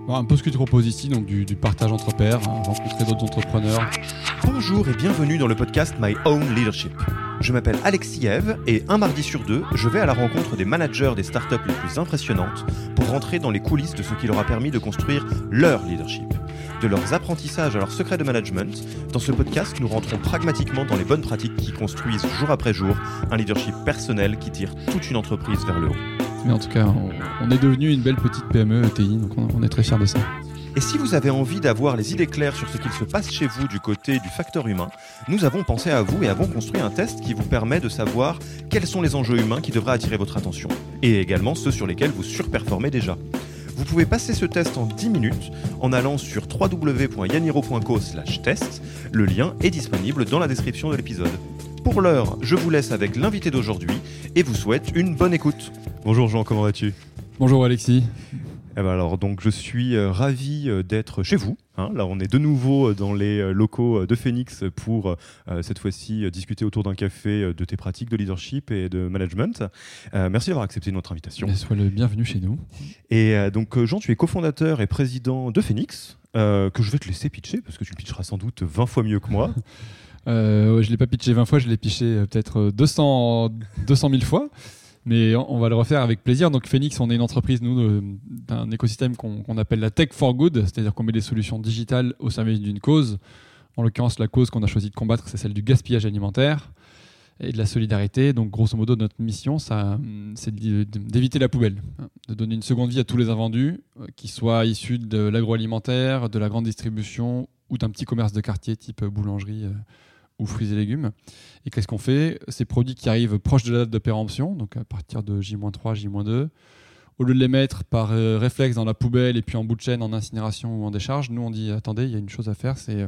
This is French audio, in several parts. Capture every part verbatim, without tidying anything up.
Bon, un peu ce que tu proposes ici, donc du, du partage entre pairs, hein, rencontrer d'autres entrepreneurs. Bonjour et bienvenue dans le podcast My Own Leadership. Je m'appelle Alexis Eve et un mardi sur deux, je vais à la rencontre des managers des startups les plus impressionnantes pour rentrer dans les coulisses de ce qui leur a permis de construire leur leadership. De leurs apprentissages à leurs secrets de management, dans ce podcast, nous rentrons pragmatiquement dans les bonnes pratiques qui construisent jour après jour un leadership personnel qui tire toute une entreprise vers le haut. Mais en tout cas, on, on est devenu une belle petite P M E E T I, donc on, on est très fiers de ça. Et si vous avez envie d'avoir les idées claires sur ce qu'il se passe chez vous du côté du facteur humain, nous avons pensé à vous et avons construit un test qui vous permet de savoir quels sont les enjeux humains qui devraient attirer votre attention, et également ceux sur lesquels vous surperformez déjà. Vous pouvez passer ce test en dix minutes en allant sur w w w point yaniro point co slash test. Le lien est disponible dans la description de l'épisode. Pour l'heure, je vous laisse avec l'invité d'aujourd'hui et vous souhaite une bonne écoute. Bonjour Jean, comment vas-tu ? Bonjour Alexis. Eh ben alors, donc, je suis euh, ravi euh, d'être chez vous. Hein. Là, on est de nouveau euh, dans les euh, locaux de Phoenix pour, euh, cette fois-ci, euh, discuter autour d'un café euh, de tes pratiques de leadership et de management. Euh, merci d'avoir accepté notre invitation. Et sois le bienvenu chez nous. Et euh, donc, Jean, tu es cofondateur et président de Phoenix, euh, que je vais te laisser pitcher, parce que tu pitcheras sans doute vingt fois mieux que moi. euh, je ne l'ai pas pitché vingt fois, je l'ai pitché euh, peut-être deux cents mille fois. Mais on va le refaire avec plaisir. Donc Phoenix, on est une entreprise, nous, d'un écosystème qu'on, qu'on appelle la Tech for Good, c'est-à-dire qu'on met des solutions digitales au service d'une cause. En l'occurrence, la cause qu'on a choisi de combattre, c'est celle du gaspillage alimentaire et de la solidarité. Donc grosso modo, notre mission, ça, c'est d'éviter la poubelle, de donner une seconde vie à tous les invendus, qu'ils soient issus de l'agroalimentaire, de la grande distribution ou d'un petit commerce de quartier type boulangerie ou fruits et légumes. Et qu'est-ce qu'on fait ? Ces produits qui arrivent proches de la date de péremption, donc à partir de J moins trois, J moins deux, au lieu de les mettre par euh, réflexe dans la poubelle et puis en bout de chaîne, en incinération ou en décharge, nous on dit attendez, il y a une chose à faire, c'est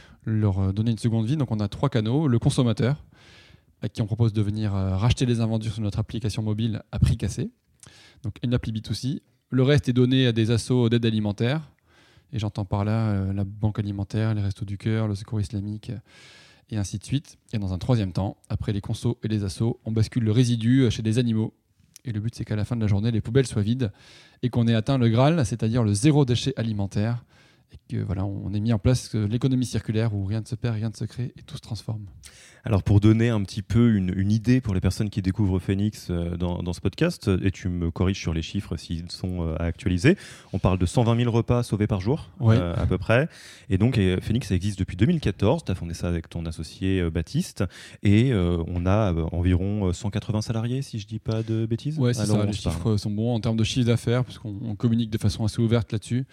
leur donner une seconde vie. Donc on a trois canaux. Le consommateur, à qui on propose de venir euh, racheter les invendus sur notre application mobile à prix cassé, donc une appli B deux C. Le reste est donné à des assos d'aide alimentaire, et j'entends par là euh, la Banque alimentaire, les Restos du Cœur, le Secours islamique, et ainsi de suite. Et dans un troisième temps, après les consos et les assos, on bascule le résidu chez des animaux. Et le but, c'est qu'à la fin de la journée, les poubelles soient vides et qu'on ait atteint le Graal, c'est-à-dire le zéro déchet alimentaire. Et que voilà, on ait mis en place l'économie circulaire où rien ne se perd, rien ne se crée et tout se transforme. Alors pour donner un petit peu une, une idée pour les personnes qui découvrent Phoenix euh, dans, dans ce podcast, et tu me corriges sur les chiffres s'ils sont euh, à actualiser, on parle de cent vingt mille repas sauvés par jour, ouais. euh, à peu près. Et donc et Phoenix, ça existe depuis deux mille quatorze, tu as fondé ça avec ton associé euh, Baptiste, et euh, on a euh, environ cent quatre-vingts salariés, si je ne dis pas de bêtises. Oui, c'est Alors, ça, les chiffres sont bons en termes de chiffre d'affaires, puisqu'on on communique de façon assez ouverte là-dessus.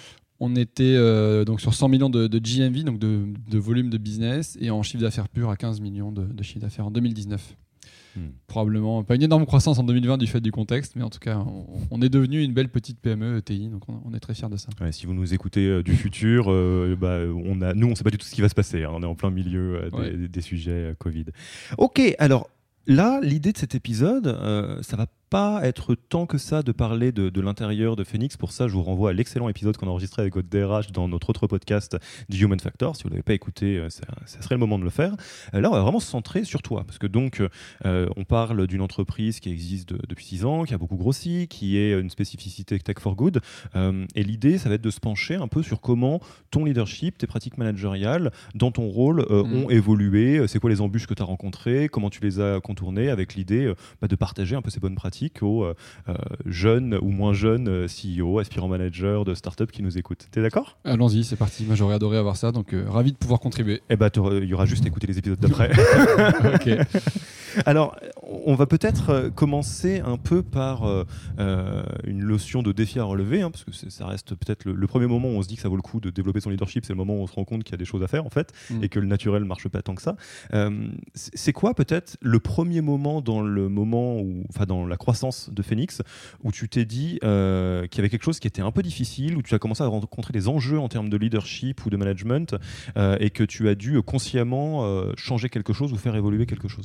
On était euh, donc sur cent millions de, de G M V, donc de, de volume de business, et en chiffre d'affaires pur à quinze millions de, de chiffre d'affaires en deux mille dix-neuf. Hmm. Probablement pas une énorme croissance en deux mille vingt du fait du contexte, mais en tout cas, on, on est devenu une belle petite P M E E T I, donc on, on est très fiers de ça. Ouais, si vous nous écoutez euh, du futur, euh, bah, on a, nous, on ne sait pas du tout ce qui va se passer. Hein, on est en plein milieu euh, des, ouais. des, des sujets euh, Covid. Ok, alors là, l'idée de cet épisode, euh, ça va pas être tant que ça de parler de, de l'intérieur de Phoenix. Pour ça, je vous renvoie à l'excellent épisode qu'on a enregistré avec votre D R H dans notre autre podcast du Human Factor. Si vous ne l'avez pas écouté, ça, ça serait le moment de le faire. Là, on va vraiment se centrer sur toi. Parce que donc, euh, on parle d'une entreprise qui existe de, depuis six ans, qui a beaucoup grossi, qui est une spécificité Tech for Good. Euh, et l'idée, ça va être de se pencher un peu sur comment ton leadership, tes pratiques managériales, dans ton rôle, euh, mmh. ont évolué. C'est quoi les embûches que tu as rencontrées, comment tu les as contournées, avec l'idée euh, bah, de partager un peu ces bonnes pratiques aux euh, jeunes ou moins jeunes euh, C E O, aspirants managers de start-up qui nous écoutent. T'es d'accord ? Allons-y, c'est parti. Moi, j'aurais adoré avoir ça, donc euh, ravi de pouvoir contribuer. Eh ben, il y aura juste à écouter les épisodes d'après. Ok. Alors, on va peut-être commencer un peu par euh, euh, une notion de défi à relever, hein, parce que ça reste peut-être le, le premier moment où on se dit que ça vaut le coup de développer son leadership, c'est le moment où on se rend compte qu'il y a des choses à faire, en fait, mm. et que le naturel ne marche pas tant que ça. Euh, c'est quoi peut-être le premier moment dans le moment où, enfin, dans la croissance de Phoenix, où tu t'es dit euh, qu'il y avait quelque chose qui était un peu difficile, où tu as commencé à rencontrer des enjeux en termes de leadership ou de management, euh, et que tu as dû consciemment euh, changer quelque chose ou faire évoluer quelque chose ?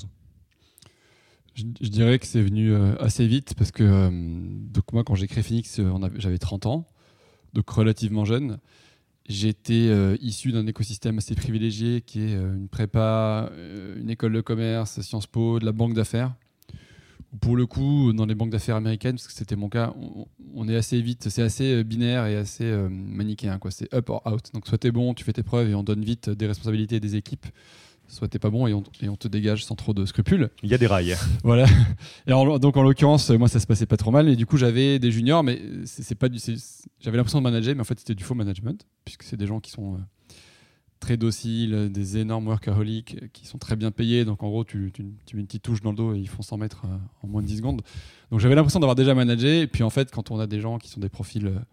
Je, je dirais que c'est venu euh, assez vite parce que euh, donc moi, quand j'ai créé Phoenix, euh, on avait, j'avais trente ans, donc relativement jeune. J'étais euh, issu d'un écosystème assez privilégié qui est euh, une prépa, euh, une école de commerce, Sciences Po, de la banque d'affaires, Pour le coup, dans les banques d'affaires américaines, parce que c'était mon cas, on, on est assez vite, c'est assez binaire et assez euh, manichéen, quoi. C'est up or out. Donc soit t'es bon, tu fais tes preuves et on donne vite des responsabilités des équipes, soit t'es pas bon et on, et on te dégage sans trop de scrupules. Il y a des rails. Voilà. Et en, donc en l'occurrence, moi ça se passait pas trop mal, et du coup j'avais des juniors, mais c'est, c'est pas du, c'est, j'avais l'impression de manager, mais en fait c'était du faux management, puisque c'est des gens qui sont euh, très dociles, des énormes workaholics, euh, qui sont très bien payés. Donc en gros, tu, tu, tu mets une petite touche dans le dos et ils font cent mètres euh, en moins de dix secondes. Donc j'avais l'impression d'avoir déjà managé. Et puis en fait, quand on a des gens qui sont des profils euh,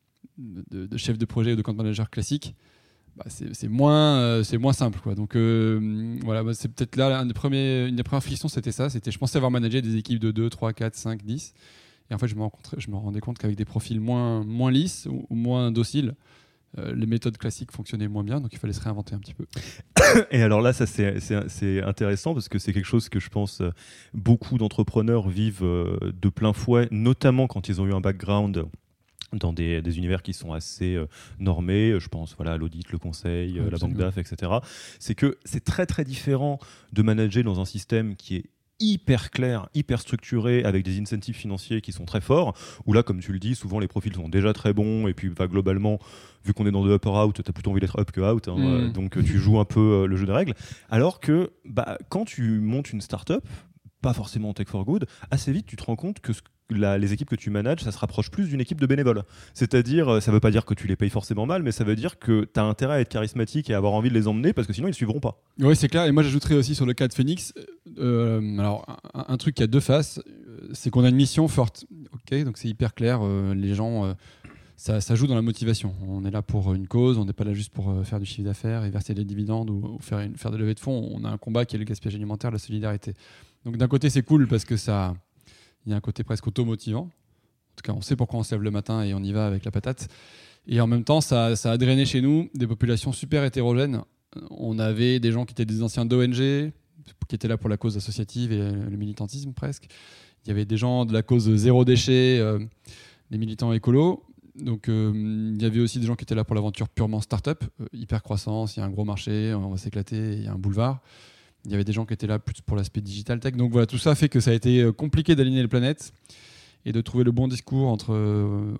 de, de chef de projet ou de compte manager classique, bah c'est, c'est, moins, euh, c'est moins simple, quoi. Donc euh, voilà, bah c'est peut-être là un des premiers, une des premières frictions, c'était ça. C'était, je pensais avoir managé des équipes de deux, trois, quatre, cinq, dix. Et en fait, je me, je me rendais compte qu'avec des profils moins, moins lisses ou, ou moins dociles, Euh, les méthodes classiques fonctionnaient moins bien, donc il fallait se réinventer un petit peu. Et alors là, ça c'est, c'est, c'est intéressant parce que c'est quelque chose que je pense euh, beaucoup d'entrepreneurs vivent euh, de plein fouet, notamment quand ils ont eu un background dans des, des univers qui sont assez euh, normés. Je pense voilà, à l'audit, le conseil, euh, la banque d'A F, et cetera. C'est que c'est très très différent de manager dans un système qui est hyper clair, hyper structuré, avec des incentives financiers qui sont très forts, où là, comme tu le dis, souvent les profils sont déjà très bons, et puis bah, globalement, vu qu'on est dans de up or out, tu as plutôt envie d'être up que out, hein, mmh. euh, donc tu joues un peu euh, le jeu des règles. Alors que bah, quand tu montes une start-up, pas forcément Tech for Good, assez vite tu te rends compte que ce La, les équipes que tu manages, ça se rapproche plus d'une équipe de bénévoles. C'est-à-dire, ça ne veut pas dire que tu les payes forcément mal, mais ça veut dire que tu as intérêt à être charismatique et à avoir envie de les emmener, parce que sinon ils ne suivront pas. Oui, c'est clair. Et moi, j'ajouterais aussi sur le cas de Phoenix, euh, alors, un, un truc qui a deux faces, c'est qu'on a une mission forte. Okay, donc c'est hyper clair. Euh, les gens, euh, ça, ça joue dans la motivation. On est là pour une cause, on n'est pas là juste pour euh, faire du chiffre d'affaires et verser des dividendes ou, ou faire, une, faire des levées de fonds. On a un combat qui est le gaspillage alimentaire, la solidarité. Donc d'un côté, c'est cool parce que ça... Il y a un côté presque automotivant. En tout cas, on sait pourquoi on se lève le matin et on y va avec la patate. Et en même temps, ça, ça a drainé chez nous des populations super hétérogènes. On avait des gens qui étaient des anciens d'O N G, qui étaient là pour la cause associative et le militantisme presque. Il y avait des gens de la cause zéro déchet, euh, des militants écolos. Donc, euh, il y avait aussi des gens qui étaient là pour l'aventure purement start-up, euh, hyper croissance, il y a un gros marché, on va s'éclater, il y a un boulevard. Il y avait des gens qui étaient là plus pour l'aspect digital tech. Donc voilà, tout ça fait que ça a été compliqué d'aligner les planètes et de trouver le bon discours entre euh,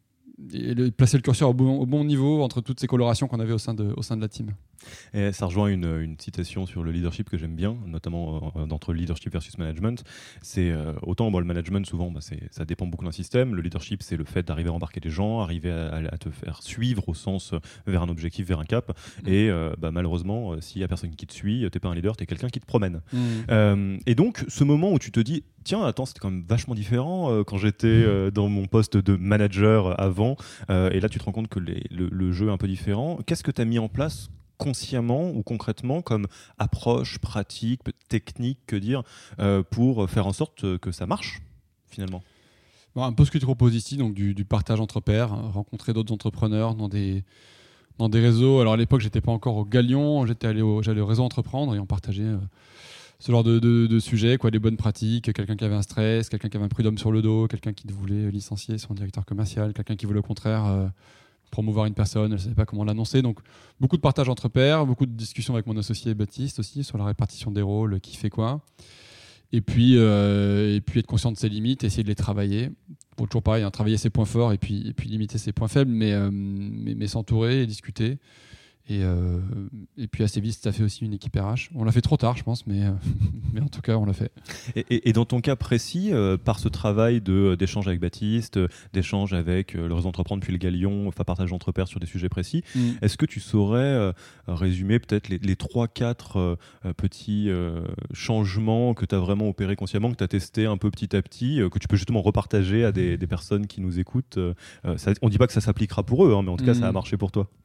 et de placer le curseur au bon, au bon niveau entre toutes ces colorations qu'on avait au sein de, au sein de la team. Et ça rejoint une, une citation sur le leadership que j'aime bien, notamment euh, d'entre leadership versus management. C'est euh, autant bon, le management, souvent, bah, c'est, ça dépend beaucoup d'un système. Le leadership, c'est le fait d'arriver à embarquer des gens, arriver à, à te faire suivre au sens euh, vers un objectif, vers un cap. Mmh. Et euh, bah, malheureusement, euh, s'il n'y a personne qui te suit, t'es pas un leader, t'es quelqu'un qui te promène. Mmh. Euh, et donc, ce moment où tu te dis, tiens, attends, c'était quand même vachement différent euh, quand j'étais euh, dans mon poste de manager avant. Euh, et là, tu te rends compte que les, le, le jeu est un peu différent. Qu'est-ce que tu as mis en place consciemment ou concrètement comme approche, pratique, technique, que dire, euh, pour faire en sorte que ça marche finalement? Bon, un peu ce que tu proposes ici, donc du, du partage entre pairs, rencontrer d'autres entrepreneurs dans des, dans des réseaux. Alors à l'époque, j'étais pas encore au Galion, j'étais allé au, j'allais au réseau Entreprendre et on partageait euh, ce genre de, de, de sujets, quoi, les bonnes pratiques, quelqu'un qui avait un stress, quelqu'un qui avait un prud'homme sur le dos, quelqu'un qui voulait licencier son directeur commercial, quelqu'un qui voulait au contraire euh, promouvoir une personne, elle ne savait pas comment l'annoncer. Donc beaucoup de partage entre pairs, beaucoup de discussions avec mon associé Baptiste aussi sur la répartition des rôles, qui fait quoi. Et puis, euh, et puis être conscient de ses limites, essayer de les travailler. Bon, toujours pareil, hein, travailler ses points forts et puis, et puis limiter ses points faibles, mais, euh, mais, mais s'entourer et discuter. Et, euh, et puis assez vite, ça fait aussi une équipe R H. On l'a fait trop tard, je pense, mais, euh, mais en tout cas, on l'a fait. Et, et, et dans ton cas précis, euh, par ce travail de, d'échange avec Baptiste, d'échange avec euh, le réseau Entreprendre puis le Galion, enfin partage entre pairs sur des sujets précis, mmh. est-ce que tu saurais euh, résumer peut-être les, les trois quatre euh, petits euh, changements que tu as vraiment opérés consciemment, que tu as testé un peu petit à petit, euh, que tu peux justement repartager à des, des personnes qui nous écoutent euh, ça, on ne dit pas que ça s'appliquera pour eux, hein, mais en tout cas, mmh. ça a marché pour toi.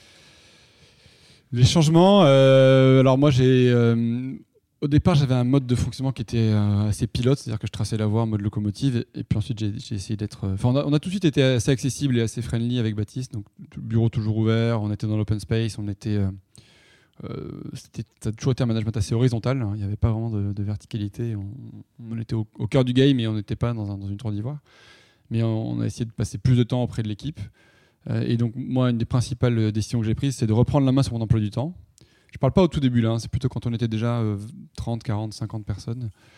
Les changements, euh, alors moi j'ai euh, au départ j'avais un mode de fonctionnement qui était euh, assez pilote, c'est-à-dire que je traçais la voie en mode locomotive et, et puis ensuite j'ai, j'ai essayé d'être... Enfin on, on a tout de suite été assez accessible et assez friendly avec Baptiste, donc bureau toujours ouvert, on était dans l'open space, on était... Euh, euh, c'était, ça a toujours été un management assez horizontal, hein, il n'y avait pas vraiment de, de verticalité, on, on était au, au cœur du game et on n'était pas dans, un, dans une tour d'ivoire, mais on, on a essayé de passer plus de temps auprès de l'équipe. Et donc, moi, une des principales décisions que j'ai prises, c'est de reprendre la main sur mon emploi du temps. Je ne parle pas au tout début, là, hein, c'est plutôt quand on était déjà euh, trente, quarante, cinquante personnes.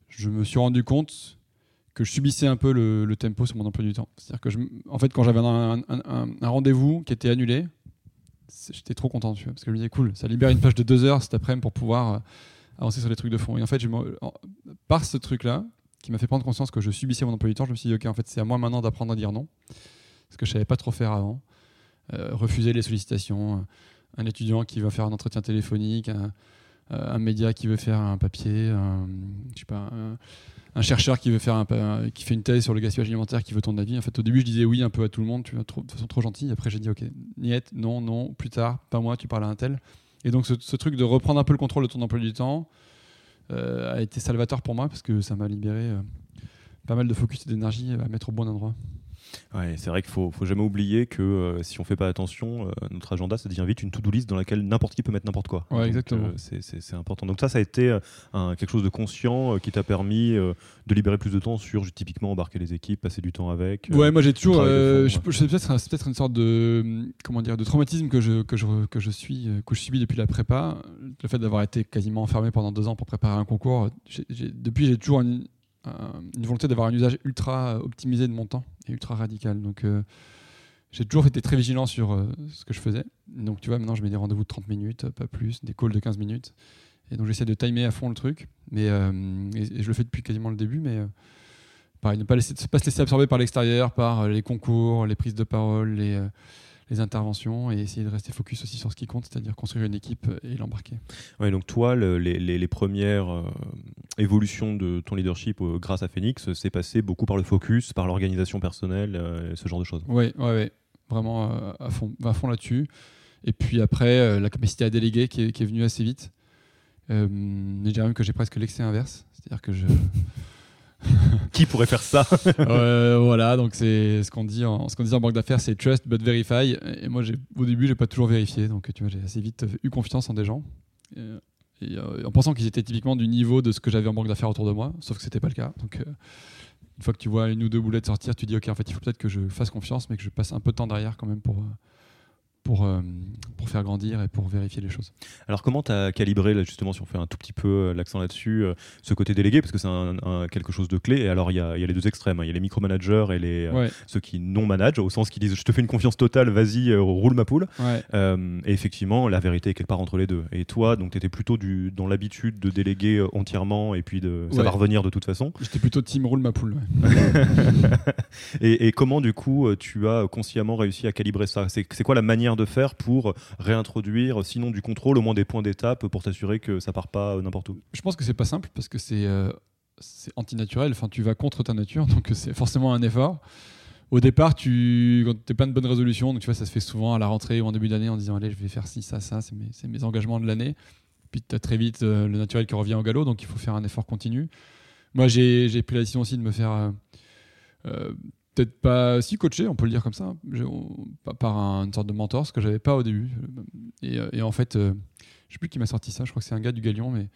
je me suis rendu compte que je subissais un peu le, le tempo sur mon emploi du temps. C'est-à-dire que, je, en fait, quand j'avais un, un, un, un rendez-vous qui était annulé, j'étais trop content, tu vois, parce que je me disais, cool, ça libère une plage de deux heures cet après-midi pour pouvoir euh, avancer sur les trucs de fond. Et en fait, je me, en, par ce truc-là, qui m'a fait prendre conscience que je subissais mon emploi du temps, je me suis dit, ok, en fait, c'est à moi maintenant d'apprendre à dire non, ce que je savais pas trop faire avant. Euh, refuser les sollicitations, un étudiant qui va faire un entretien téléphonique, un, un média qui veut faire un papier, un, je sais pas, un, un chercheur qui veut faire un, un, qui fait une thèse sur le gaspillage alimentaire, qui veut ton avis. En fait, au début, je disais oui un peu à tout le monde, tu vois, trop, de façon trop gentille. Après, j'ai dit ok, niet, non, non, plus tard, pas moi, tu parles à un tel. Et donc, ce, ce truc de reprendre un peu le contrôle de ton emploi du temps euh, a été salvateur pour moi parce que ça m'a libéré euh, pas mal de focus et d'énergie à mettre au bon endroit. Ouais, c'est vrai qu'il faut, faut jamais oublier que euh, si on fait pas attention, euh, notre agenda, ça devient vite une to-do list dans laquelle n'importe qui peut mettre n'importe quoi. Ouais, donc, exactement. Euh, c'est, c'est, c'est important. Donc ça, ça a été euh, un, quelque chose de conscient euh, qui t'a permis euh, de libérer plus de temps sur typiquement embarquer les équipes, passer du temps avec. Euh, ouais, moi j'ai toujours, euh, fond, je, je, c'est, peut-être, c'est peut-être une sorte de, comment dire, de traumatisme que je que je que je suis, que je subis depuis la prépa. Le fait d'avoir été quasiment enfermé pendant deux ans pour préparer un concours. J'ai, j'ai, depuis, j'ai toujours une, une volonté d'avoir un usage ultra optimisé de mon temps et ultra radical. Donc euh, j'ai toujours été très vigilant sur euh, ce que je faisais. Donc tu vois, maintenant je mets des rendez-vous de trente minutes, pas plus, des calls de quinze minutes. Et donc j'essaie de timer à fond le truc. Mais, euh, et, et je le fais depuis quasiment le début. Mais euh, pareil, ne pas, laisser, pas se laisser absorber par l'extérieur, par euh, les concours, les prises de parole, les, euh, les interventions, et essayer de rester focus aussi sur ce qui compte, c'est-à-dire construire une équipe et l'embarquer. Ouais, donc toi, le, les, les, les premières euh, évolutions de ton leadership euh, grâce à Phoenix, c'est passé beaucoup par le focus, par l'organisation personnelle, euh, ce genre de choses. Oui, ouais, ouais, vraiment euh, à fond, à fond là-dessus. Et puis après, euh, la capacité à déléguer qui est, qui est venue assez vite. Euh, je dirais même que j'ai presque l'excès inverse, c'est-à-dire que je... Qui pourrait faire ça? euh, Voilà, donc c'est ce qu'on dit en, ce qu'on dit en banque d'affaires, c'est trust but verify. Et moi, j'ai, au début, j'ai pas toujours vérifié, donc tu vois, j'ai assez vite eu confiance en des gens, et, et, euh, en pensant qu'ils étaient typiquement du niveau de ce que j'avais en banque d'affaires autour de moi, sauf que c'était pas le cas. Donc, euh, une fois que tu vois une ou deux boulettes sortir, tu dis ok, en fait, il faut peut-être que je fasse confiance, mais que je passe un peu de temps derrière quand même pour. Euh, Pour, euh, pour faire grandir et pour vérifier les choses. Alors comment tu as calibré, là, justement, si on fait un tout petit peu euh, l'accent là-dessus, euh, ce côté délégué, parce que c'est un, un, quelque chose de clé. Et alors il y, y a les deux extrêmes, il hein. y a les micromanagers et les, euh, ouais. ceux qui non-managent, au sens qu'ils disent je te fais une confiance totale, vas-y, euh, roule ma poule. Ouais. Euh, et effectivement, la vérité est quelque part entre les deux. Et toi, donc tu étais plutôt du, dans l'habitude de déléguer euh, entièrement et puis de, ça ouais. va revenir de toute façon. J'étais plutôt team roule ma poule. Ouais. et, et comment du coup tu as consciemment réussi à calibrer ça? C'est, c'est quoi la manière de faire pour réintroduire, sinon du contrôle, au moins des points d'étape pour t'assurer que ça part pas euh, n'importe où? Je pense que c'est pas simple parce que c'est, euh, c'est antinaturel. Enfin, tu vas contre ta nature, donc c'est forcément un effort. Au départ, tu n'as pas de bonnes résolutions, donc tu vois, ça se fait souvent à la rentrée ou en début d'année en disant allez, je vais faire ci, ça, ça, c'est mes, c'est mes engagements de l'année. Puis tu as très vite euh, le naturel qui revient au galop, donc il faut faire un effort continu. Moi, j'ai, j'ai pris la décision aussi de me faire euh, euh, peut-être pas si coaché, on peut le dire comme ça, je, on, par un, une sorte de mentor, ce que j'avais pas au début. Et, et en fait, euh, je sais plus qui m'a sorti ça, je crois que c'est un gars du Galion, mais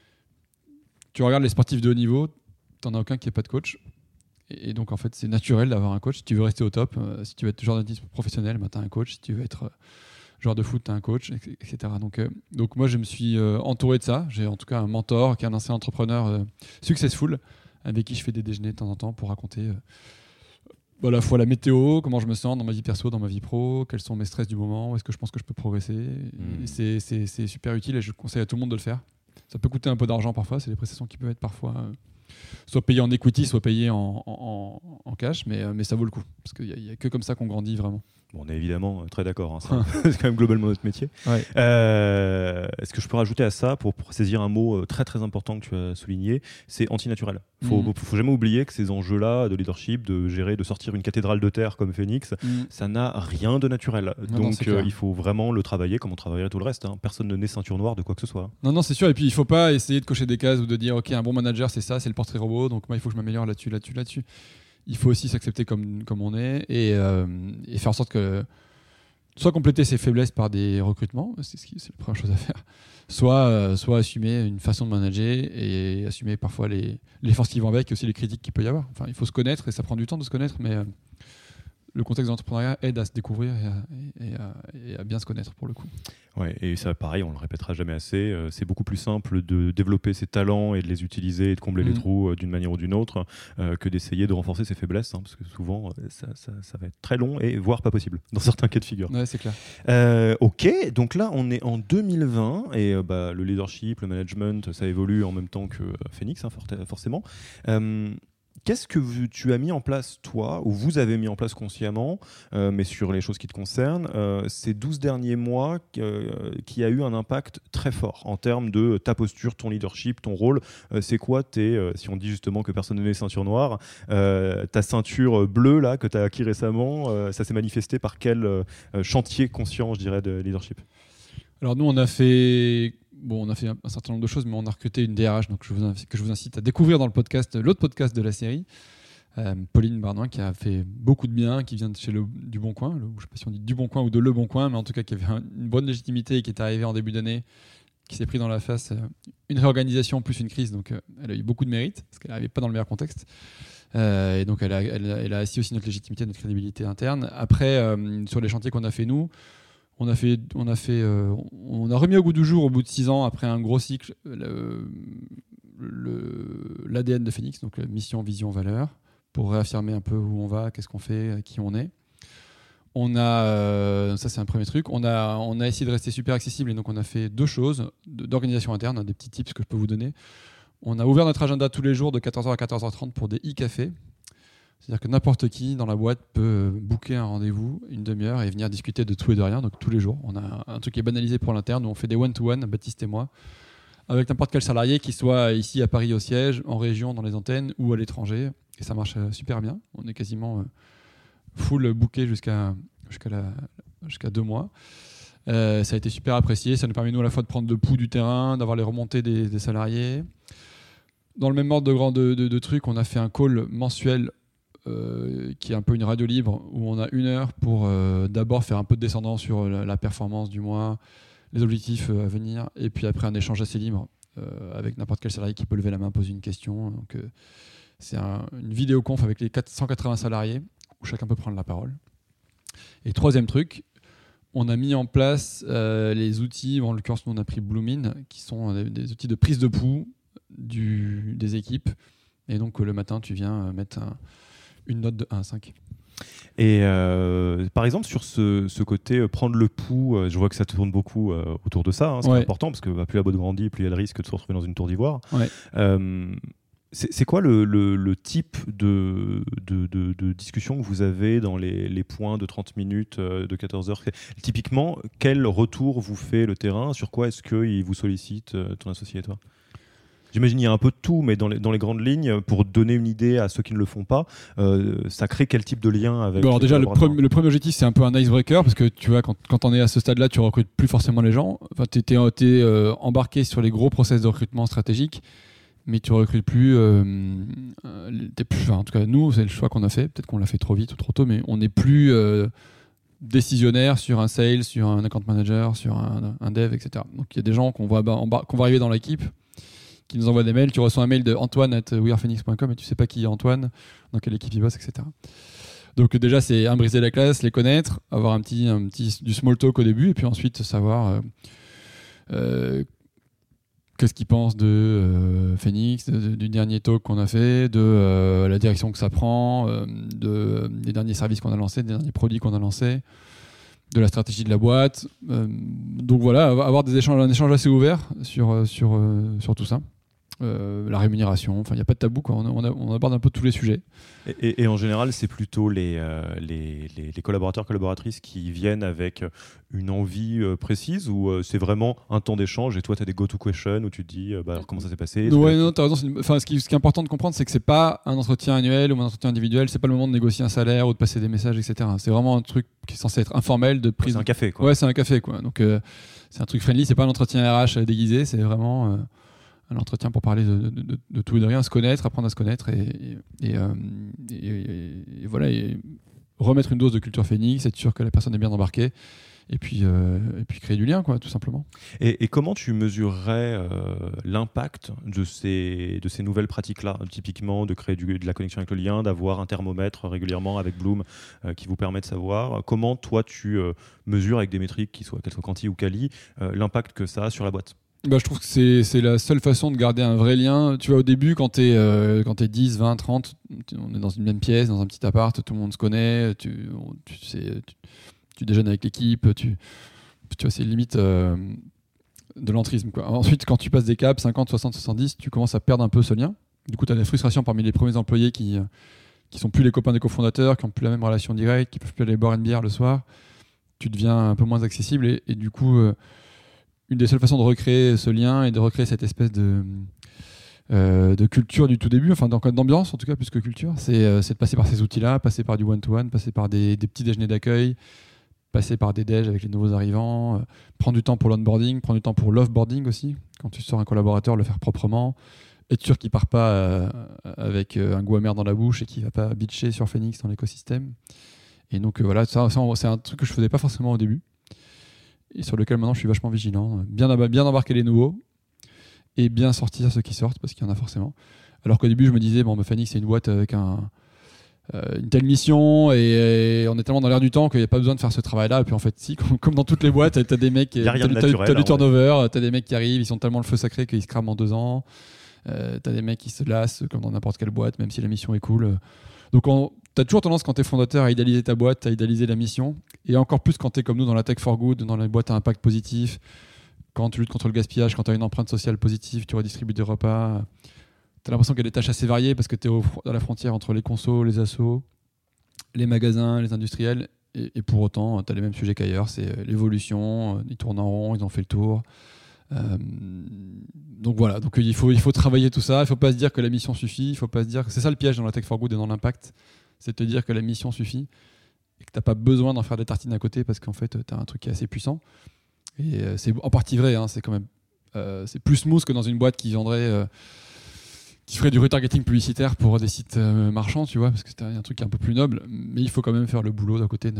tu regardes les sportifs de haut niveau, t'en as aucun qui n'est pas de coach. Et, et donc en fait, c'est naturel d'avoir un coach. Si tu veux rester au top, euh, si tu veux être joueur d'athlétisme professionnel, bah, tu as un coach. Si tu veux être euh, joueur de foot, tu as un coach, et cetera. Donc, euh, donc moi, je me suis euh, entouré de ça. J'ai en tout cas un mentor qui est un ancien entrepreneur euh, successful, avec qui je fais des déjeuners de temps en temps pour raconter euh, à la fois la météo, comment je me sens dans ma vie perso, dans ma vie pro, quels sont mes stress du moment, où est-ce que je pense que je peux progresser. Mmh. Et c'est, c'est, c'est super utile et je conseille à tout le monde de le faire. Ça peut coûter un peu d'argent parfois, c'est des prestations qui peuvent être parfois euh, soit payées en equity, soit payées en, en, en cash, mais, euh, mais ça vaut le coup, parce qu'il n'y a, a que comme ça qu'on grandit vraiment. Bon, on est évidemment très d'accord, hein, ça, c'est quand même globalement notre métier. Ouais. Euh, est-ce que je peux rajouter à ça, pour, pour saisir un mot très très important que tu as souligné, c'est antinaturel. Il ne mmh. faut jamais oublier que ces enjeux-là de leadership, de gérer, de sortir une cathédrale de terre comme Phoenix, mmh. ça n'a rien de naturel. Non, Donc non, euh, il faut vraiment le travailler comme on travaillerait tout le reste. Hein. Personne ne naît ceinture noire de quoi que ce soit. Non, non, c'est sûr. Et puis il ne faut pas essayer de cocher des cases ou de dire ok, un bon manager c'est ça, c'est le portrait robot, donc moi il faut que je m'améliore là-dessus, là-dessus, là-dessus. Il faut aussi s'accepter comme, comme on est et, euh, et faire en sorte que soit compléter ses faiblesses par des recrutements, c'est, ce qui, c'est la première chose à faire, soit, euh, soit assumer une façon de manager et assumer parfois les, les forces qui vont avec et aussi les critiques qu'il peut y avoir. Enfin, il faut se connaître et ça prend du temps de se connaître, mais euh, le contexte de l'entrepreneuriat aide à se découvrir et à, et à, et à bien se connaître pour le coup. Ouais, et ça, pareil, on le répétera jamais assez. Euh, c'est beaucoup plus simple de développer ses talents et de les utiliser et de combler mmh. les trous euh, d'une manière ou d'une autre euh, que d'essayer de renforcer ses faiblesses, hein, parce que souvent, euh, ça, ça, ça va être très long et voire pas possible dans certains cas de figure. Ouais, c'est clair. Euh, ok, donc là, on est en deux mille vingt et euh, bah, le leadership, le management, ça évolue en même temps que euh, Phoenix, hein, forcément. Euh, Qu'est-ce que vous, tu as mis en place, toi, ou vous avez mis en place consciemment, euh, mais sur les choses qui te concernent, euh, ces douze derniers mois euh, qui a eu un impact très fort en termes de ta posture, ton leadership, ton rôle. Euh, c'est quoi tes, euh, si on dit justement que personne n'est ceinture noire, euh, ta ceinture bleue là, que tu as acquis récemment, euh, ça s'est manifesté par quel euh, chantier conscient, je dirais, de leadership ? Alors nous, on a fait... Bon, on a fait un, un certain nombre de choses, mais on a recruté une D R H donc je vous invite, que je vous incite à découvrir dans le podcast, l'autre podcast de la série, euh, Pauline Bardouin, qui a fait beaucoup de bien, qui vient de chez le, du Bon Coin, le, je ne sais pas si on dit du Bon Coin ou de Le Bon Coin, mais en tout cas qui avait un, une bonne légitimité et qui est arrivée en début d'année, qui s'est pris dans la face euh, une réorganisation plus une crise, donc euh, elle a eu beaucoup de mérite, parce qu'elle n'arrivait pas dans le meilleur contexte. Euh, et donc elle a, elle, a, elle a assis aussi notre légitimité, notre crédibilité interne. Après, euh, sur les chantiers qu'on a fait nous, On a, fait, on, a fait, euh, on a remis au goût du jour, au bout de six ans, après un gros cycle, le, le, l'A D N de Phoenix, donc mission, vision, valeur, pour réaffirmer un peu où on va, qu'est-ce qu'on fait, qui on est. On a, euh, ça c'est un premier truc, on a, on a essayé de rester super accessible et donc on a fait deux choses d'organisation interne, des petits tips que je peux vous donner. On a ouvert notre agenda tous les jours de quatorze heures à quatorze heures trente pour des e-cafés. C'est-à-dire que n'importe qui dans la boîte peut booker un rendez-vous, une demi-heure, et venir discuter de tout et de rien, donc tous les jours. On a un truc qui est banalisé pour l'interne, où on fait des one-to-one, Baptiste et moi, avec n'importe quel salarié, qui soit ici à Paris au siège, en région, dans les antennes, ou à l'étranger. Et ça marche super bien. On est quasiment full booké jusqu'à, jusqu'à, la, jusqu'à deux mois. Euh, ça a été super apprécié. Ça nous permet, nous, à la fois de prendre le pouls du terrain, d'avoir les remontées des, des salariés. Dans le même ordre de, grand, de, de, de trucs, on a fait un call mensuel Euh, qui est un peu une radio libre où on a une heure pour euh, d'abord faire un peu de descendant sur la, la performance du mois, les objectifs euh, à venir, et puis après un échange assez libre euh, avec n'importe quel salarié qui peut lever la main, poser une question. Donc, euh, c'est un, une vidéoconf avec les quatre cent quatre-vingts salariés où chacun peut prendre la parole. Et troisième truc, on a mis en place euh, les outils, en l'occurrence nous on a pris Bloomin, qui sont des, des outils de prise de pouls du, des équipes. Et donc euh, le matin tu viens mettre un une note de un à cinq. Et euh, par exemple, sur ce, ce côté euh, prendre le pouls, euh, je vois que ça tourne beaucoup euh, autour de ça, hein, c'est ouais. important, parce que bah, plus la boîte grandit, plus il y a le risque de se retrouver dans une tour d'ivoire. Ouais. Euh, c'est, c'est quoi le, le, le type de, de, de, de discussion que vous avez dans les, les points de trente minutes, euh, de quatorze heures? Typiquement, quel retour vous fait le terrain? Sur quoi est-ce qu'il vous sollicite, euh, ton associé et toi? J'imagine qu'il y a un peu de tout, mais dans les, dans les grandes lignes, pour donner une idée à ceux qui ne le font pas, euh, ça crée quel type de lien avec... Alors déjà, le, pre- le premier objectif, c'est un peu un icebreaker, parce que tu vois, quand, quand on est à ce stade-là, tu recrutes plus forcément les gens. Enfin, tu es euh, embarqué sur les gros process de recrutement stratégique, mais tu recrutes plus... Euh, t'es plus enfin, en tout cas, nous, c'est le choix qu'on a fait. Peut-être qu'on l'a fait trop vite ou trop tôt, mais on n'est plus euh, décisionnaire sur un sales, sur un account manager, sur un, un dev, et cetera. Donc il y a des gens qu'on va, embar- qu'on va arriver dans l'équipe, qui nous envoie des mails, tu reçois un mail de Antoine at wearephoenix point com et tu sais pas qui est Antoine, dans quelle équipe il bosse, et cetera. Donc déjà, c'est un, briser la classe, les connaître, avoir un petit, un petit du small talk au début, et puis ensuite savoir euh, euh, qu'est-ce qu'ils pensent de euh, Phoenix, de, de, du dernier talk qu'on a fait, de euh, la direction que ça prend, euh, de, euh, des derniers services qu'on a lancés, des derniers produits qu'on a lancés, de la stratégie de la boîte. Euh, donc voilà, avoir des échanges, un échange assez ouvert sur, sur, euh, sur tout ça. Euh, la rémunération, enfin il n'y a pas de tabou, quoi. On, on, a, on aborde un peu tous les sujets. Et, et, et en général, c'est plutôt les, euh, les, les, les collaborateurs, collaboratrices qui viennent avec une envie euh, précise, ou euh, c'est vraiment un temps d'échange et toi tu as des go-to questions où tu te dis euh, bah, alors, comment ça s'est passé? Ouais, non, tu as raison. Une... Enfin, ce, qui, ce qui est important de comprendre, c'est que c'est pas un entretien annuel ou un entretien individuel, c'est pas le moment de négocier un salaire ou de passer des messages, et cetera. C'est vraiment un truc qui est censé être informel, de prise. C'est un café, quoi. Ouais, c'est un café, quoi. Donc euh, c'est un truc friendly, c'est pas un entretien R H déguisé, c'est vraiment. Euh... un entretien pour parler de, de, de, de tout et de rien, se connaître, apprendre à se connaître et, et, et, euh, et, et, et voilà, et remettre une dose de culture Phoenix, être sûr que la personne est bien embarquée et puis, euh, et puis créer du lien, quoi, tout simplement. Et, et comment tu mesurerais euh, l'impact de ces, de ces nouvelles pratiques-là, typiquement de créer du, de la connexion avec le lien, d'avoir un thermomètre régulièrement avec Bloom euh, qui vous permet de savoir comment toi tu euh, mesures avec des métriques, qui soient, qu'elles soient quanti ou quali, euh, l'impact que ça a sur la boîte? Bah, je trouve que c'est, c'est la seule façon de garder un vrai lien. Tu vois, au début, quand tu es euh, quand t'es dix, vingt, trente, on est dans une même pièce, dans un petit appart, tout le monde se connaît, tu, tu, sais, tu, tu déjeunes avec l'équipe, tu, tu vois, c'est limite euh, de l'entrisme, quoi. Ensuite, quand tu passes des caps, cinquante, soixante, soixante-dix, tu commences à perdre un peu ce lien. Du coup, tu as des frustrations parmi les premiers employés qui qui sont plus les copains des cofondateurs, qui n'ont plus la même relation directe, qui peuvent plus aller boire une bière le soir. Tu deviens un peu moins accessible et, et du coup... Euh, une des seules façons de recréer ce lien et de recréer cette espèce de, euh, de culture du tout début, enfin d'ambiance en tout cas plus que culture, c'est, euh, c'est de passer par ces outils-là, passer par du one-to-one, passer par des, des petits déjeuners d'accueil, passer par des déj avec les nouveaux arrivants, euh, prendre du temps pour l'onboarding, prendre du temps pour l'offboarding aussi, quand tu sors un collaborateur, le faire proprement, être sûr qu'il ne part pas euh, avec euh, un goût amer dans la bouche et qu'il ne va pas bitcher sur Phoenix dans l'écosystème. Et donc euh, voilà, ça, ça, c'est un truc que je ne faisais pas forcément au début, et sur lequel maintenant je suis vachement vigilant. Bien, bien embarquer les nouveaux et bien sortir ceux qui sortent, parce qu'il y en a forcément. Alors qu'au début, je me disais, bon, Phoenix, c'est une boîte avec un, euh, une telle mission et, et on est tellement dans l'air du temps qu'il n'y a pas besoin de faire ce travail-là. Et puis en fait, si, comme, comme dans toutes les boîtes, tu as des mecs, tu as du turnover, tu as des mecs qui arrivent, ils sont tellement le feu sacré qu'ils se crament en deux ans. Euh, tu as des mecs qui se lassent, comme dans n'importe quelle boîte, même si la mission est cool. Donc on, tu as toujours tendance, quand tu es fondateur, à idéaliser ta boîte, à idéaliser la mission. Et encore plus quand tu es comme nous dans la tech for good, dans les boîtes à impact positif, quand tu luttes contre le gaspillage, quand tu as une empreinte sociale positive, tu redistribues des repas. Tu as l'impression qu'il y a des tâches assez variées parce que tu es à la frontière entre les consos, les assos, les magasins, les industriels. Et, et pour autant, tu as les mêmes sujets qu'ailleurs. C'est l'évolution, ils tournent en rond, ils ont fait le tour. Euh, donc voilà, donc il faut, il faut travailler tout ça. Il ne faut pas se dire que la mission suffit. Il faut pas se dire que c'est ça le piège dans la tech for good et dans l'impact. C'est de te dire que la mission suffit et que tu n'as pas besoin d'en faire des tartines à côté parce qu'en fait, tu as un truc qui est assez puissant. Et euh, c'est en partie vrai, hein, c'est quand même euh, c'est plus smooth que dans une boîte qui vendrait, euh, qui ferait du retargeting publicitaire pour des sites euh, marchands, tu vois, parce que c'est un truc un peu plus noble. Mais il faut quand même faire le boulot d'un côté de,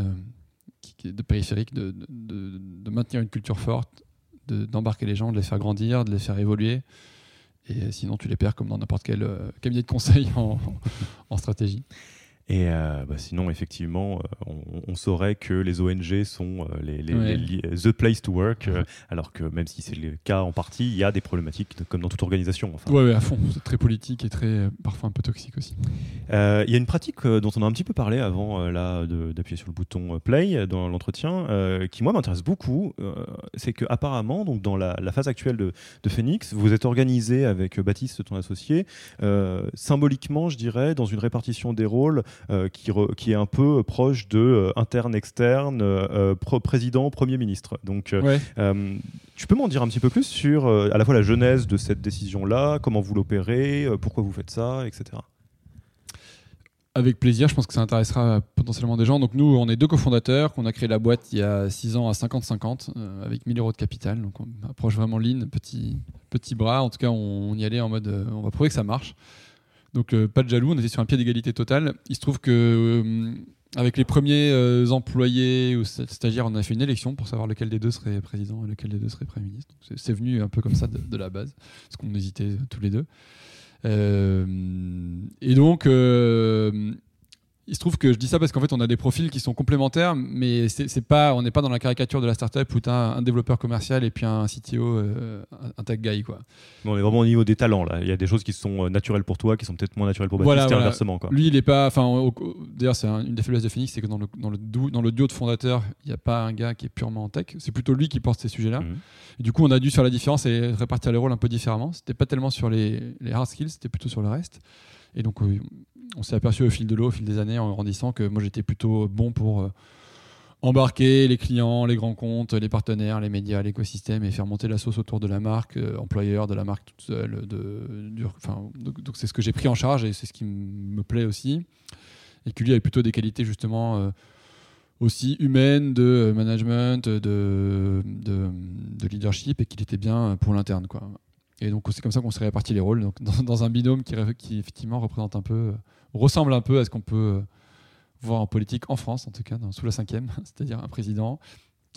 de périphérique, de, de, de maintenir une culture forte, de, d'embarquer les gens, de les faire grandir, de les faire évoluer. Et sinon, tu les perds comme dans n'importe quel euh, cabinet de conseil en, en stratégie. Et euh, bah sinon, effectivement, euh, on, on saurait que les O N G sont euh, les, les, ouais. les, les, the place to work, euh, alors que même si c'est le cas en partie, il y a des problématiques de, comme dans toute organisation. Enfin. Ouais, ouais, à fond. C'est très politique et très, euh, parfois un peu toxique aussi. Euh, il y a une pratique euh, dont on a un petit peu parlé avant euh, là, de, d'appuyer sur le bouton euh, play dans l'entretien, euh, qui moi m'intéresse beaucoup. Euh, c'est qu'apparemment, donc dans la, la phase actuelle de, de Phoenix, vous êtes organisé avec Baptiste, ton associé, euh, symboliquement, je dirais, dans une répartition des rôles. Euh, qui, re, qui est un peu proche de euh, interne, externe, euh, pro, président, premier ministre. Donc, euh, ouais. euh, tu peux m'en dire un petit peu plus sur euh, à la fois la genèse de cette décision-là, comment vous l'opérez, euh, pourquoi vous faites ça, et cetera. Avec plaisir, je pense que ça intéressera potentiellement des gens. Donc nous, on est deux cofondateurs, on a créé la boîte il y a six ans à cinquante cinquante, euh, avec mille euros de capital. Donc on approche vraiment lean, petit, petit bras. En tout cas, on, on y allait en mode, euh, on va prouver que ça marche. Donc euh, pas de jaloux, on était sur un pied d'égalité totale. Il se trouve que euh, avec les premiers euh, employés ou stagiaires, on a fait une élection pour savoir lequel des deux serait président et lequel des deux serait Premier ministre. Donc, c'est, c'est venu un peu comme ça de, de la base, parce qu'on hésitait tous les deux. Euh, et donc, euh, il se trouve que je dis ça parce qu'en fait, on a des profils qui sont complémentaires, mais c'est, c'est pas, on n'est pas dans la caricature de la startup où tu as un développeur commercial et puis un C T O, euh, un tech guy, quoi. On est vraiment au niveau des talents là. Il y a des choses qui sont naturelles pour toi, qui sont peut-être moins naturelles pour Baptiste, voilà, et voilà. inversement, quoi. Lui, il est pas. Enfin, au, au, d'ailleurs, c'est un, une des faiblesses de Phoenix, c'est que dans le, dans le, dans le duo de fondateurs, il n'y a pas un gars qui est purement en tech. C'est plutôt lui qui porte ces sujets-là. Mmh. Et du coup, on a dû faire la différence et répartir les rôles un peu différemment. C'était pas tellement sur les, les hard skills, c'était plutôt sur le reste. Et donc, euh, on s'est aperçu au fil de l'eau, au fil des années, en grandissant, que moi, j'étais plutôt bon pour euh, embarquer les clients, les grands comptes, les partenaires, les médias, l'écosystème et faire monter la sauce autour de la marque, euh, employeur de la marque toute seule. De, du, enfin, donc, donc, c'est ce que j'ai pris en charge et c'est ce qui m- me plaît aussi. Et que lui avait plutôt des qualités, justement, euh, aussi humaines, de management, de, de, de leadership, et qu'il était bien pour l'interne, quoi. Et donc c'est comme ça qu'on s'est réparti les rôles, donc dans, dans un binôme qui, qui effectivement représente un peu, euh, ressemble un peu à ce qu'on peut euh, voir en politique en France, en tout cas, dans, sous la cinquième, c'est-à-dire un président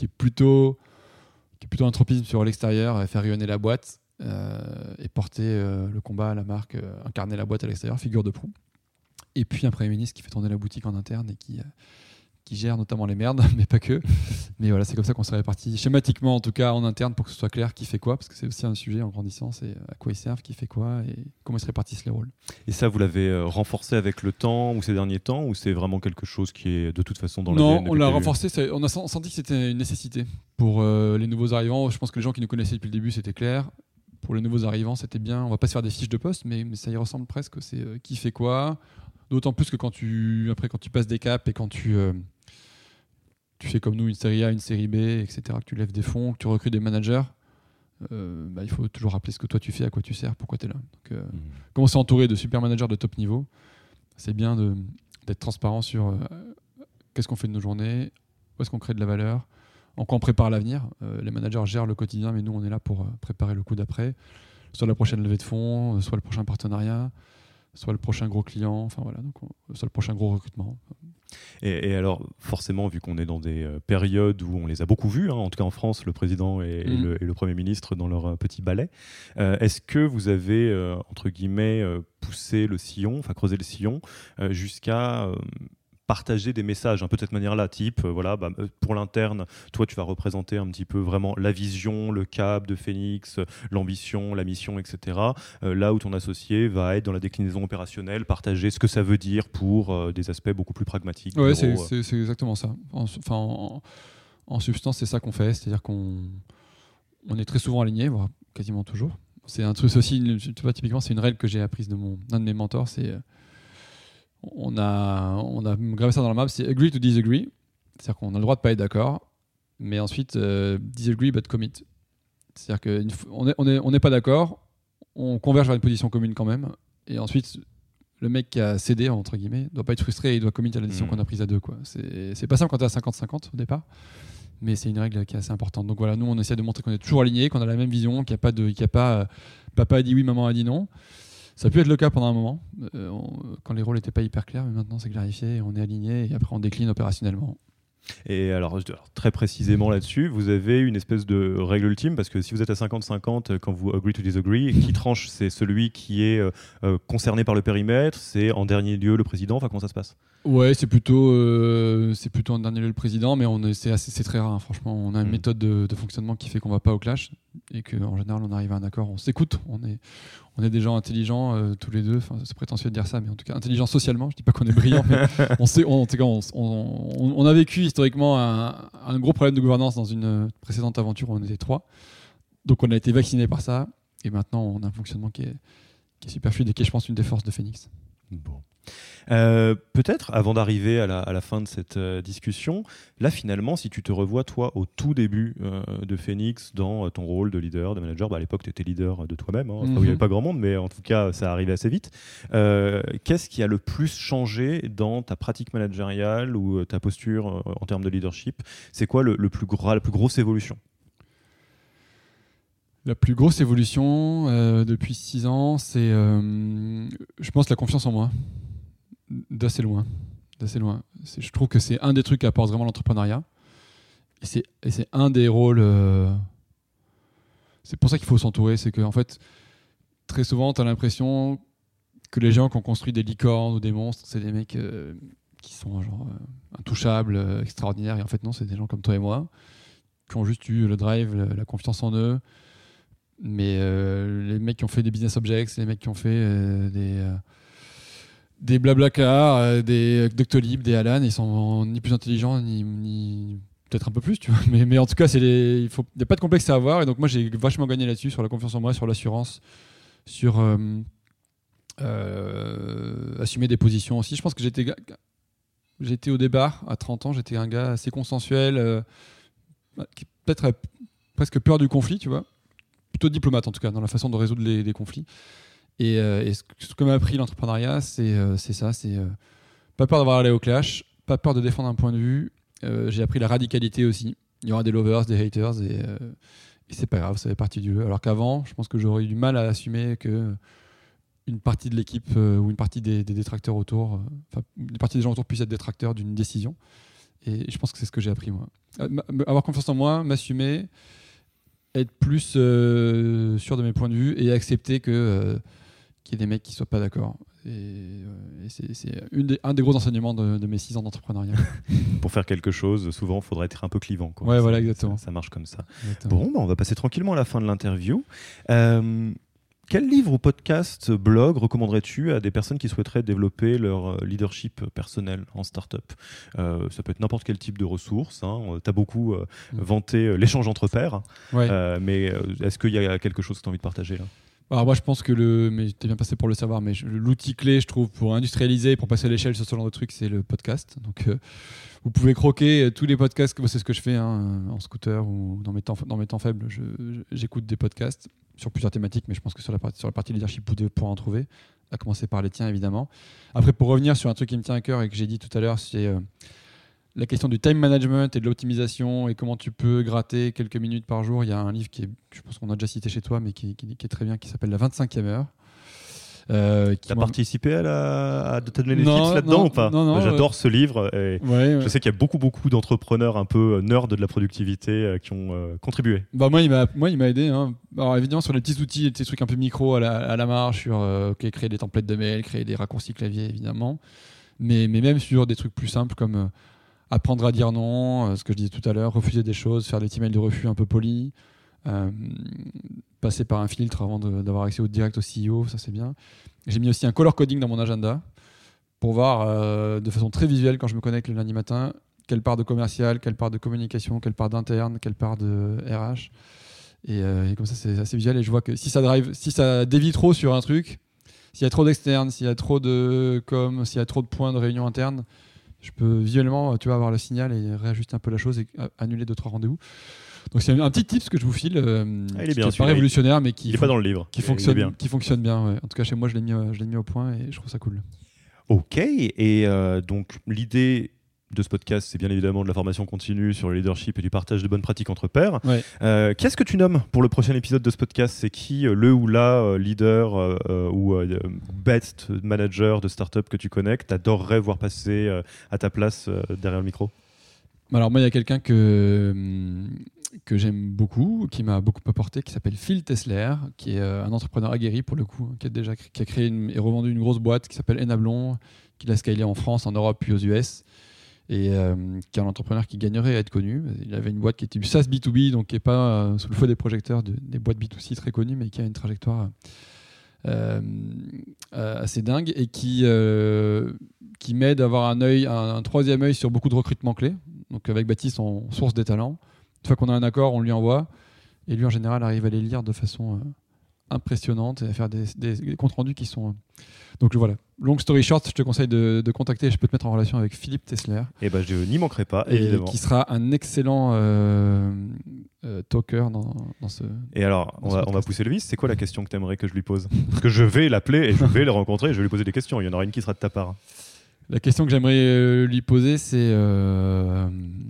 qui est plutôt, qui est plutôt un tropisme sur l'extérieur, faire rayonner la boîte euh, et porter euh, le combat à la marque, euh, incarner la boîte à l'extérieur, figure de proue. Et puis un Premier ministre qui fait tourner la boutique en interne et qui, euh, qui gère notamment les merdes, mais pas que. Mais voilà, c'est comme ça qu'on s'est répartis, schématiquement en tout cas en interne, pour que ce soit clair qui fait quoi, parce que c'est aussi un sujet en grandissant, c'est à quoi ils servent, qui fait quoi et comment ils se répartissent les rôles. Et ça, vous l'avez euh, renforcé avec le temps ou ces derniers temps, ou c'est vraiment quelque chose qui est de toute façon dans la Non, on l'a renforcé, ça, on a senti que c'était une nécessité. Pour euh, les nouveaux arrivants, je pense que les gens qui nous connaissaient depuis le début, c'était clair. Pour les nouveaux arrivants, c'était bien. On va pas se faire des fiches de poste, mais, mais ça y ressemble presque. C'est euh, qui fait quoi. D'autant plus que quand tu, après, quand tu passes des caps et quand tu, euh, tu fais comme nous une série A, une série B, et cetera, que tu lèves des fonds, que tu recrutes des managers, euh, bah, il faut toujours rappeler ce que toi tu fais, à quoi tu sers, pourquoi tu es là. Donc, euh, mmh. Comme on s'est entouré de super managers de top niveau, c'est bien de, d'être transparent sur euh, qu'est-ce qu'on fait de nos journées, où est-ce qu'on crée de la valeur, en quoi on prépare l'avenir. Euh, les managers gèrent le quotidien, mais nous on est là pour euh, préparer le coup d'après, soit la prochaine levée de fonds, euh, soit le prochain partenariat, soit le prochain gros client, enfin voilà, donc on, soit le prochain gros recrutement. Et, et alors, forcément, vu qu'on est dans des euh, périodes où on les a beaucoup vus, hein, en tout cas en France, le président et, mmh. et, le, et le Premier ministre dans leur euh, petit balai, euh, est-ce que vous avez, euh, entre guillemets, euh, poussé le sillon, enfin creusé le sillon, euh, jusqu'à euh, partager des messages un peu de cette manière-là, type, euh, voilà, bah, pour l'interne, toi tu vas représenter un petit peu vraiment la vision, le cap de Phoenix, l'ambition, la mission, et cetera. Euh, là où ton associé va être dans la déclinaison opérationnelle, partager ce que ça veut dire pour euh, des aspects beaucoup plus pragmatiques. Oui, c'est, c'est, c'est exactement ça. En, enfin, en, en substance, c'est ça qu'on fait, c'est-à-dire qu'on on est très souvent alignés, voire quasiment toujours. C'est un truc aussi, tu vois, typiquement, c'est une règle que j'ai apprise de mon, d'un de mes mentors, c'est On a, on a gravé ça dans la map, c'est agree to disagree. C'est-à-dire qu'on a le droit de ne pas être d'accord, mais ensuite, euh, disagree but commit. C'est-à-dire qu'on n'est on est, on est pas d'accord, on converge vers une position commune quand même, et ensuite, le mec qui a cédé, entre guillemets, ne doit pas être frustré et il doit commit à la décision mmh. qu'on a prise à deux. Quoi. C'est, c'est pas simple quand tu es à cinquante cinquante au départ, mais c'est une règle qui est assez importante. Donc voilà, nous, on essaie de montrer qu'on est toujours alignés, qu'on a la même vision, qu'il n'y a pas de... Qu'il y a pas, euh, papa a dit oui, maman a dit non. Ça a pu être le cas pendant un moment, euh, on, quand les rôles n'étaient pas hyper clairs, mais maintenant c'est clarifié, on est aligné et après on décline opérationnellement. Et alors, alors, très précisément là-dessus, vous avez une espèce de règle ultime, parce que si vous êtes à cinquante cinquante quand vous agree to disagree, qui tranche, c'est celui qui est euh, concerné par le périmètre, c'est en dernier lieu le président, enfin comment ça se passe ? Ouais, c'est plutôt, euh, c'est plutôt en dernier lieu le président, mais on est, c'est, assez, c'est très rare, hein, franchement. On a une mmh. méthode de, de fonctionnement qui fait qu'on ne va pas au clash et qu'en général on arrive à un accord, on s'écoute, on est, on est des gens intelligents euh, tous les deux, enfin, c'est prétentieux de dire ça, mais en tout cas intelligents socialement, je ne dis pas qu'on est brillants, mais on, sait, on, on, on, on a vécu historiquement un, un gros problème de gouvernance dans une précédente aventure où on était trois, donc on a été vaccinés par ça et maintenant on a un fonctionnement qui est, qui est super fluide et qui est, je pense, une des forces de Phoenix. Bon. Euh, peut-être, avant d'arriver à la, à la fin de cette euh, discussion, là finalement, si tu te revois toi au tout début euh, de Phoenix dans euh, ton rôle de leader, de manager, bah, à l'époque tu étais leader de toi-même, hein, mm-hmm. il n'y avait pas grand monde, mais en tout cas ça arrivait assez vite. Euh, qu'est-ce qui a le plus changé dans ta pratique managériale ou euh, ta posture euh, en termes de leadership ? C'est quoi le, le plus gros, la plus grosse évolution ? La plus grosse évolution euh, depuis six ans, c'est, euh, je pense, la confiance en moi. D'assez loin. D'assez loin. C'est, je trouve que c'est un des trucs qui apporte vraiment l'entrepreneuriat. Et c'est, et c'est un des rôles... Euh, c'est pour ça qu'il faut s'entourer. C'est qu'en fait, très souvent, tu as l'impression que les gens qui ont construit des licornes ou des monstres, c'est des mecs euh, qui sont genre, euh, intouchables, euh, extraordinaires. Et en fait, non, c'est des gens comme toi et moi qui ont juste eu le drive, la, la confiance en eux. Mais euh, les mecs qui ont fait des business objects, les mecs qui ont fait euh, des... Euh, des Blablacar, euh, des Doctolib, des Alan, ils sont ni plus intelligents, ni, ni peut-être un peu plus, tu vois. Mais, mais en tout cas, il n'y a pas de complexe à avoir. Et donc moi, j'ai vachement gagné là-dessus, sur la confiance en moi, sur l'assurance, sur euh, euh, assumer des positions aussi. Je pense que j'étais, j'étais au départ, à trente ans, j'étais un gars assez consensuel, euh, qui peut-être a presque peur du conflit, tu vois. Plutôt diplomate, en tout cas, dans la façon de résoudre les, les conflits. Et, euh, et ce que m'a appris l'entrepreneuriat, c'est, euh, c'est ça, c'est euh, pas peur d'avoir allé au clash, pas peur de défendre un point de vue. Euh, j'ai appris la radicalité aussi. Il y aura des lovers, des haters, et, euh, et c'est pas grave, ça fait partie du jeu. Alors qu'avant, je pense que j'aurais eu du mal à assumer que une partie de l'équipe euh, ou une partie des, des détracteurs autour, enfin, euh, une partie des gens autour puissent être détracteurs d'une décision. Et je pense que c'est ce que j'ai appris, moi. Avoir confiance en moi, m'assumer, être plus euh, sûr de mes points de vue et accepter que, euh, qu'il y ait des mecs qui ne soient pas d'accord. Et, euh, et c'est, c'est une des, un des gros enseignements de, de mes six ans d'entrepreneuriat. Pour faire quelque chose, souvent, il faudra être un peu clivant. Quoi. Ouais, ça, voilà, exactement. Ça, ça marche comme ça. Exactement. Bon, bah, on va passer tranquillement à la fin de l'interview. Euh, Quel livre ou podcast, blog recommanderais-tu à des personnes qui souhaiteraient développer leur leadership personnel en start-up ? euh, Ça peut être n'importe quel type de ressources. Hein. Tu as beaucoup euh, vanté l'échange entre pairs. Ouais. Euh, mais est-ce qu'il y a quelque chose que tu as envie de partager là ? Alors moi je pense que le, mais t'es bien passé pour le savoir, mais je, l'outil clé je trouve pour industrialiser, pour passer à l'échelle sur ce genre de truc, c'est le podcast. Donc euh, vous pouvez croquer tous les podcasts, c'est ce que je fais hein, en scooter ou dans mes temps, dans mes temps faibles, je, je, j'écoute des podcasts sur plusieurs thématiques, mais je pense que sur la partie, sur la partie leadership vous pourrez en trouver, à commencer par les tiens évidemment. Après pour revenir sur un truc qui me tient à cœur et que j'ai dit tout à l'heure, c'est euh, la question du time management et de l'optimisation et comment tu peux gratter quelques minutes par jour. Il y a un livre qui est, je pense qu'on a déjà cité chez toi, mais qui, qui, qui est très bien, qui s'appelle La vingt-cinquième heure. Euh, tu as participé à la... à t'as donné des non, tips là-dedans non, ou pas ? non, non, J'adore euh... ce livre. Et ouais, ouais. Je sais qu'il y a beaucoup, beaucoup d'entrepreneurs un peu nerds de la productivité euh, qui ont euh, contribué. Bah moi, il m'a, moi, il m'a aidé. Hein. Alors évidemment, sur les petits outils, des petits trucs un peu micro à la, à la marge, sur euh, okay, créer des templates de mail, créer des raccourcis clavier, évidemment. Mais, mais même sur des trucs plus simples comme... Euh, apprendre à dire non, euh, ce que je disais tout à l'heure, refuser des choses, faire des petits mails de refus un peu polis, euh, passer par un filtre avant de, d'avoir accès au direct au C E O, ça c'est bien. J'ai mis aussi un color coding dans mon agenda pour voir euh, de façon très visuelle quand je me connecte le lundi matin quelle part de commercial, quelle part de communication, quelle part d'interne, quelle part de R H. Et, euh, et comme ça c'est assez visuel et je vois que si ça drive, si ça dévie trop sur un truc, s'il y a trop d'externes, s'il y a trop de com, s'il y a trop de points de réunion interne, je peux visuellement tu vois, avoir le signal et réajuster un peu la chose et annuler deux trois rendez-vous. Donc c'est un petit tips que je vous file, euh, ah, il est qui bien, n'est pas révolutionnaire, mais qui il n'est pas dans le livre, qui fonctionne bien. Qui fonctionne bien. Ouais. En tout cas chez moi, je l'ai mis, je l'ai mis au point et je trouve ça cool. Ok, et euh, donc l'idée de ce podcast, c'est bien évidemment de la formation continue sur le leadership et du partage de bonnes pratiques entre pairs. Ouais. Euh, qu'est-ce que tu nommes pour le prochain épisode de ce podcast ? C'est qui euh, le ou la euh, leader euh, ou euh, best manager de startup que tu connais, que tu adorerais voir passer euh, à ta place euh, derrière le micro ? Alors moi, il y a quelqu'un que, que j'aime beaucoup, qui m'a beaucoup apporté, qui s'appelle Phil Tesler, qui est un entrepreneur aguerri pour le coup, qui a, déjà, qui a créé une, et revendu une grosse boîte qui s'appelle Enablon, qu'il a scalé en France, en Europe puis aux U S. Et euh, qui est un entrepreneur qui gagnerait à être connu. Il avait une boîte qui était du SaaS B deux B, donc qui n'est pas euh, sous le feu des projecteurs de, des boîtes B deux C très connues, mais qui a une trajectoire euh, euh, assez dingue et qui, euh, qui m'aide à avoir un, œil, un, un troisième œil sur beaucoup de recrutements clés. Donc avec Baptiste, on source des talents. Une fois qu'on a un accord, on lui envoie. Et lui, en général, arrive à les lire de façon euh, impressionnante et à faire des, des, des comptes rendus qui sont... Euh... Donc voilà, long story short, je te conseille de, de contacter, je peux te mettre en relation avec Philippe Tesler. Et ben je n'y manquerai pas, et évidemment. Qui sera un excellent euh, euh, talker dans, dans ce. Et alors, on va, on va pousser le vice. C'est quoi la question que tu aimerais que je lui pose ? Parce que je vais l'appeler et je vais le rencontrer et je vais lui poser des questions. Il y en aura une qui sera de ta part. La question que j'aimerais euh, lui poser, c'est, euh,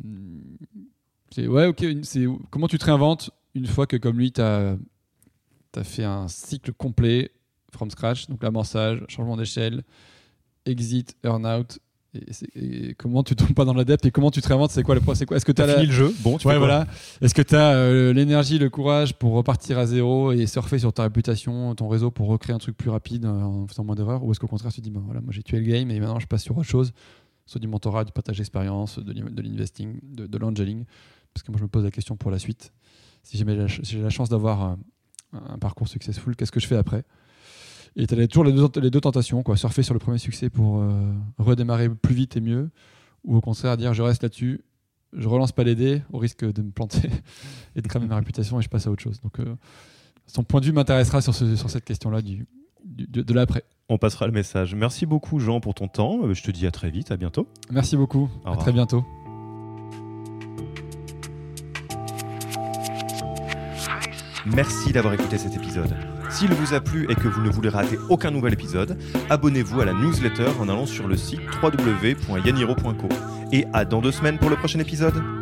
c'est ouais, ok, c'est comment tu te réinventes une fois que, comme lui, tu as fait un cycle complet. From scratch, donc l'amorçage, changement d'échelle, exit, earn-out. Et, et comment tu tombes pas dans l'adepte et comment tu te réinventes, c'est quoi le point, c'est quoi ? Est-ce que tu as fini la... le jeu ? Bon, tu ouais, fais quoi ? voilà. Est-ce que tu as euh, l'énergie, le courage pour repartir à zéro et surfer sur ta réputation, ton réseau pour recréer un truc plus rapide en faisant moins d'erreurs ? Ou est-ce qu'au contraire tu te dis, ben, voilà, moi j'ai tué le game et maintenant je passe sur autre chose, soit du mentorat, du partage d'expérience, de, de l'investing, de, de l'angeling ? Parce que moi je me pose la question pour la suite. Si j'ai la, si j'ai la chance d'avoir un, un parcours successful, qu'est-ce que je fais après ? Et tu as toujours les deux, les deux tentations, quoi. Surfer sur le premier succès pour euh, redémarrer plus vite et mieux, ou au contraire dire je reste là-dessus, je relance pas les dés au risque de me planter et de cramer ma réputation et je passe à autre chose. Donc euh, son point de vue m'intéressera sur, ce, sur cette question-là du, du, de, de l'après. On passera le message. Merci beaucoup Jean pour ton temps. Je te dis à très vite, à bientôt. Merci beaucoup, à très bientôt. Merci d'avoir écouté cet épisode. S'il vous a plu et que vous ne voulez rater aucun nouvel épisode, abonnez-vous à la newsletter en allant sur le site w w w point yaniro point co. Et à dans deux semaines pour le prochain épisode.